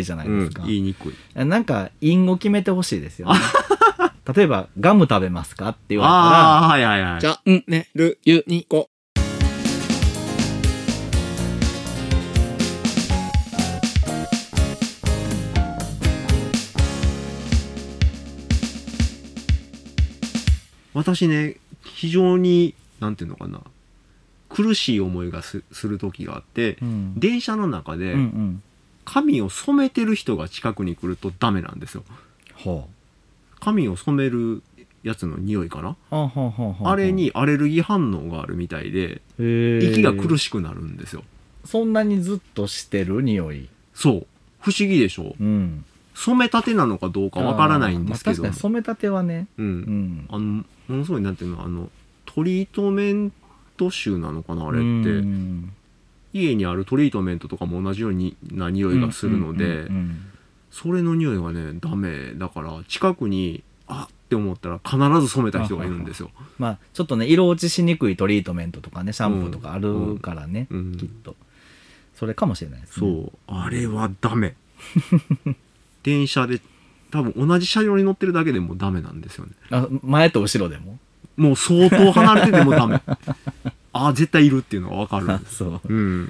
じゃないですか、 言いにくい。 なんか隠語決めてほしいですよね例えばガム食べますかって言われたら、 はいはいはい。 じゃんねるゆにこ。 私ね、非常になんていうのかな、苦しい思いがする時があって、電車の中で髪を染めてる人が近くに来るとダメなんですよ。髪を染めるやつの匂いかな、あれにアレルギー反応があるみたいで、息が苦しくなるんですよ。 そんなにずっとしてる匂い。 そう、不思議でしょ。染めたてなのかどうかわからないんですけど、 確かに染めたてはね、 ものすごいなんていうの、トリートメント臭なのかなあれって、家にあるトリートメントとかも同じような匂いがするので、それの匂いがねダメだから、近くにって思ったら必ず染めた人がいるんですよ。 まあちょっとね、色落ちしにくいトリートメントとかね、シャンプーとかあるからね、きっとそれかもしれないですね。 そう、あれはダメ電車で多分同じ車両に乗ってるだけでもダメなんですよね。 前と後ろでももう相当離れててもダメ絶対いるっていうのが分かるんです。 そう、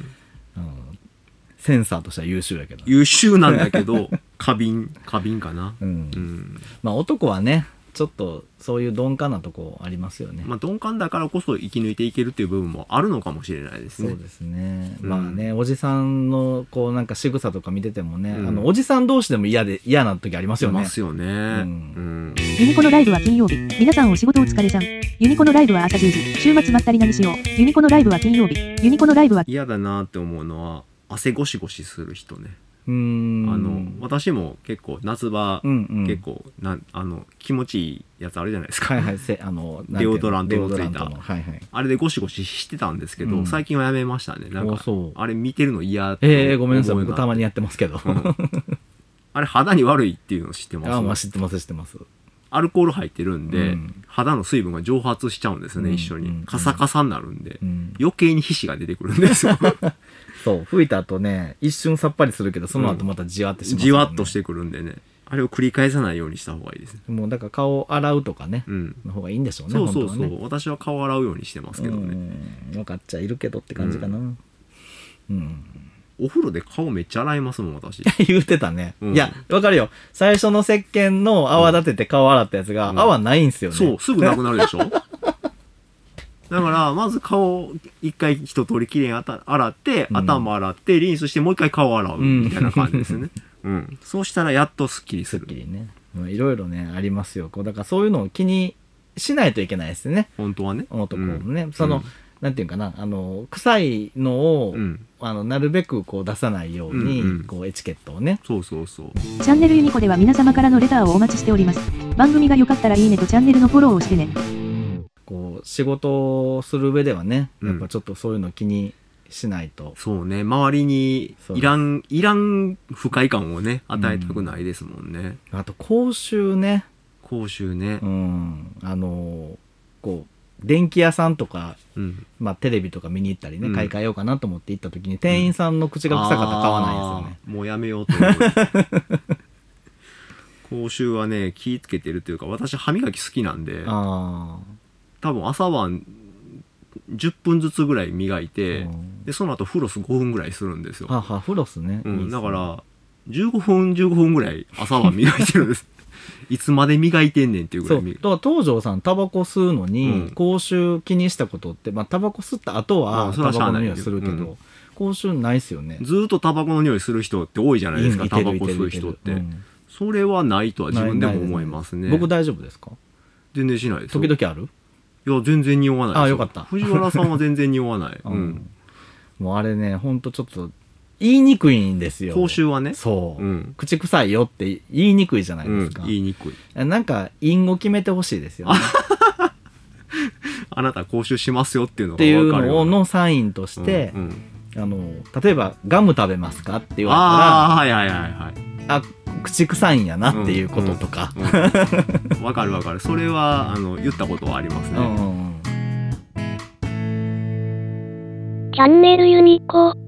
センサーとしては優秀やけど、 優秀なんだけど過敏かな。 まあ男はねちょっとそういう鈍感なとこありますよね。 まあ鈍感だからこそ生き抜いていけるっていう部分もあるのかもしれないですね。 そうですね。まあね、おじさんのこうなんか仕草とか見ててもね、おじさん同士でも嫌な時ありますよね。 いますよね。 ユニコのライブは金曜日。皆さんお仕事お疲れさん。ユニコのライブは朝10時。週末まったり何しよう。ユニコのライブは金曜日。ユニコのライブは嫌だなって思うのは汗ゴシゴシする人ね。私も結構夏場、結構気持ちいいやつあるじゃないですか、デオドラントのついた、あれでゴシゴシしてたんですけど、最近はやめましたね。なんかあれ見てるの嫌ってごめんなさい、僕たまにやってますけどあれ肌に悪いっていうの知ってます？ 知ってます。 アルコール入ってるんで、肌の水分が蒸発しちゃうんですね、一緒にカサカサになるんで、余計に皮脂が出てくるんですよそう、吹いた後ね、一瞬さっぱりするけど、その後またじわってします、 じわっとしてくるんでね、あれを繰り返さないようにした方がいいですね。 もうだから顔洗うとかね、の方がいいんでしょうね。 そう、私は顔洗うようにしてますけどね。 分かっちゃいるけどって感じかな。 お風呂で顔めっちゃ洗いますもん、私。 言うてたね。いや、わかるよ。最初の石鹸の泡立てて顔洗ったやつが、泡ないんすよね。 そう、すぐなくなるでしょだから、まず顔、一回一通りきれいに洗って、頭洗って、リンスして、もう一回顔洗う、みたいな感じですね。そうしたら、やっとスッキリする。 スッキリね。いろいろね、ありますよ。だからそういうのを気にしないといけないですね。 本当はね。 男もね。なんていうかな、臭いのを、なるべくこう出さないように、こうエチケットをね。 そう。 チャンネルユニコでは皆様からのレターをお待ちしております。番組が良かったらいいねとチャンネルのフォローをしてね。 こう仕事をする上ではね、やっぱちょっとそういうの気にしないと。 そうね、周りにいらん不快感をね、与えたくないですもんね。 あと口臭ね。 こう電気屋さんとか、テレビとか見に行ったりね、買い替えようかなと思って行った時に、店員さんの口が臭かったら買わないですよね。 もうやめようと思う口臭はね、気ぃつけてるというか、私歯磨き好きなんで、多分朝晩10分ずつぐらい磨いて、でその後フロス5分ぐらいするんですよ。 フロスね。 だから15分ぐらい朝晩磨いてるんですいつまで磨いてんねんっていうぐらいだから東條さんタバコ吸うのに、口臭気にしたことって、タバコ吸った後はタバコの匂いするけど、口臭ないっすよね。 ずっとタバコの匂いする人って多いじゃないですか、タバコ吸う人って。それはないとは自分でも思いますね。 僕大丈夫ですか？ 全然しないです。 時々ある？ いや、全然匂わないです。 よかった。 藤原さんは全然匂わない。 もうあれね、ほんとちょっと言いにくいんですよ。 口臭はね。 そう。口臭いよって言いにくいじゃないですか。 言いにくい。 なんか隠語決めてほしいですよね。 あなた口臭しますよっていうのが分かるよ。 っていうののサインとして、例えばガム食べますかって言われたら、口臭いんやなっていうこととか。 わかる。それは言ったことはありますね。 チャンネルユニコ。